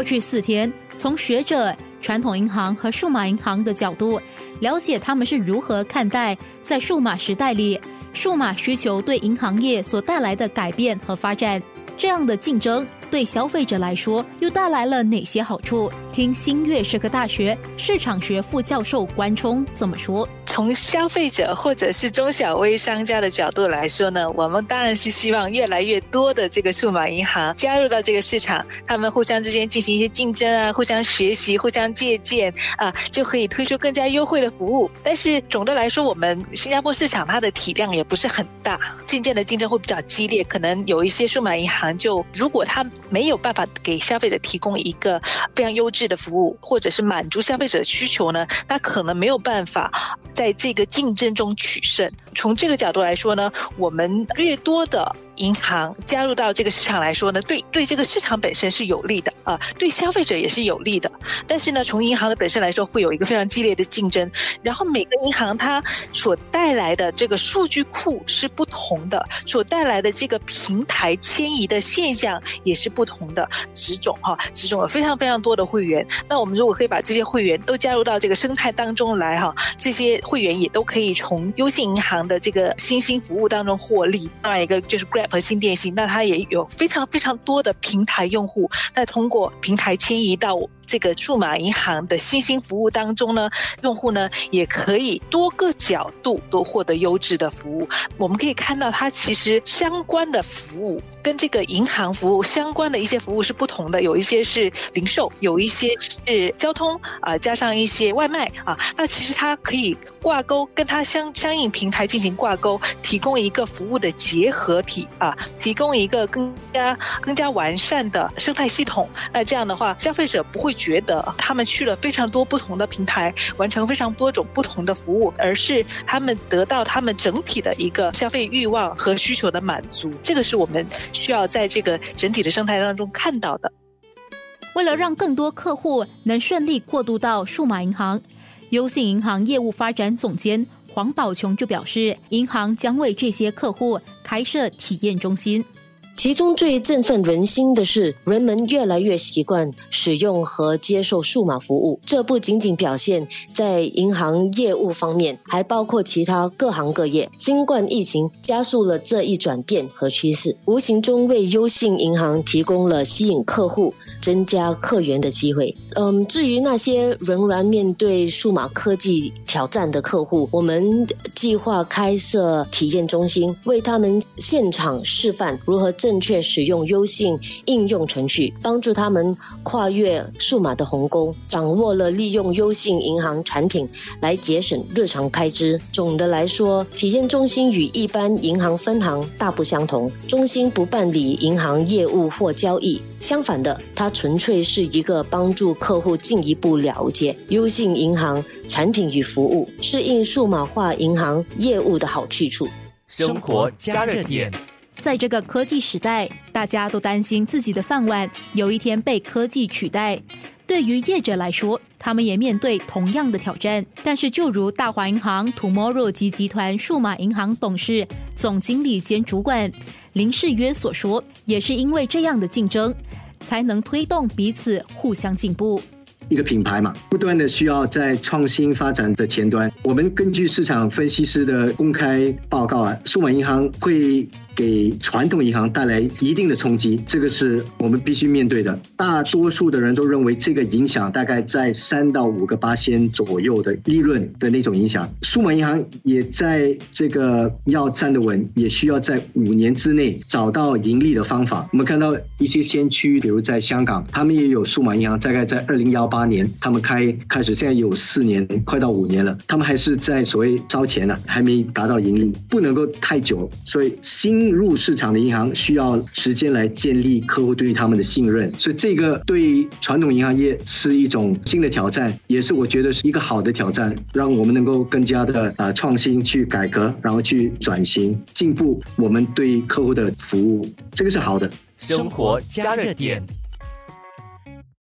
过去4天，从学者、传统银行和数码银行的角度，了解他们是如何看待在数码时代里数码需求对银行业所带来的改变和发展。这样的竞争对消费者来说又带来了哪些好处？听新月社科大学市场学副教授关冲怎么说。 从消费者或者是中小微商家的角度来说呢，我们当然是希望越来越多的这个数码银行加入到这个市场，他们互相之间进行一些竞争啊，互相学习，互相借鉴啊，就可以推出更加优惠的服务。但是总的来说，我们新加坡市场它的体量也不是很大，渐渐的竞争会比较激烈，可能有一些数码银行就如果它没有办法给消费者提供一个非常优质的服务，或者是满足消费者的需求呢，它可能没有办法在这个竞争中取胜。从这个角度来说呢，我们越多的银行加入到这个市场来说呢，对这个市场本身是有利的对消费者也是有利的。但是呢，从银行的本身来说，会有一个非常激烈的竞争，然后每个银行它所带来的这个数据库是不同的，所带来的这个平台迁移的现象也是不同的。职种有非常非常多的会员，那我们如果可以把这些会员都加入到这个生态当中来这些会员也都可以从优信银行的这个新兴服务当中获利。当然一个就是 Grab 和新电信，那它也有非常非常多的平台用户，那通过平台迁移到这个数码银行的新兴服务当中呢，用户呢也可以多个角度都获得优质的服务。我们可以看到它其实相关的服务跟这个银行服务相关的一些服务是不同的，有一些是零售，有一些是交通加上一些外卖那其实它可以挂钩，跟它相应平台进行挂钩，提供一个服务的结合体提供一个更加完善的生态系统。那这样的话，消费者不会觉得他们去了非常多不同的平台，完成非常多种不同的服务，而是他们得到他们整体的一个消费欲望和需求的满足。这个是我们需要在这个整体的生态当中看到的。 为了让更多客户能顺利过渡到数码银行，优信银行业务发展总监黄宝琼就表示，银行将为这些客户开设体验中心。 其中最振奋人心的是，人们越来越习惯使用和接受数码服务。这不仅仅表现在银行业务方面，还包括其他各行各业。新冠疫情加速了这一转变和趋势，无形中为优信银行提供了吸引客户、增加客源的机会。至于那些仍然面对数码科技挑战的客户，我们计划开设体验中心，为他们现场示范如何正确使用优信应用程序，帮助他们跨越数码的鸿沟，掌握了利用优信银行产品来节省日常开支。总的来说，体验中心与一般银行分行大不相同，中心不办理银行业务或交易，相反的，它纯粹是一个帮助客户进一步了解优信银行产品与服务，适应数码化银行业务的好去处。 生活加热点。 在这个科技时代，大家都担心自己的饭碗有一天被科技取代。对于业者来说，他们也面对同样的挑战。但是就如大华银行 Tomorrow 及集团数码银行董事、总经理兼主管林世约所说，也是因为这样的竞争，才能推动彼此互相进步。 一个品牌嘛，不断的需要在创新发展的前端。我们根据市场分析师的公开报告数码银行会给传统银行带来一定的冲击，这个是我们必须面对的。大多数的人都认为这个影响大概在3到5%左右的利润的那种影响。数码银行也在这个要站得稳，也需要在5年之内找到盈利的方法。我们看到一些先驱，比如在香港，他们也有数码银行，大概在2018年他们开始，现在有4年，快到5年了，他们还是在所谓烧钱了，还没达到盈利，不能够太久。所以新入市场的银行需要时间来建立客户对于他们的信任，所以这个对传统银行业是一种新的挑战，也是我觉得是一个好的挑战，让我们能够更加的创新，去改革，然后去转型进步我们对客户的服务，这个是好的。 生活加热点。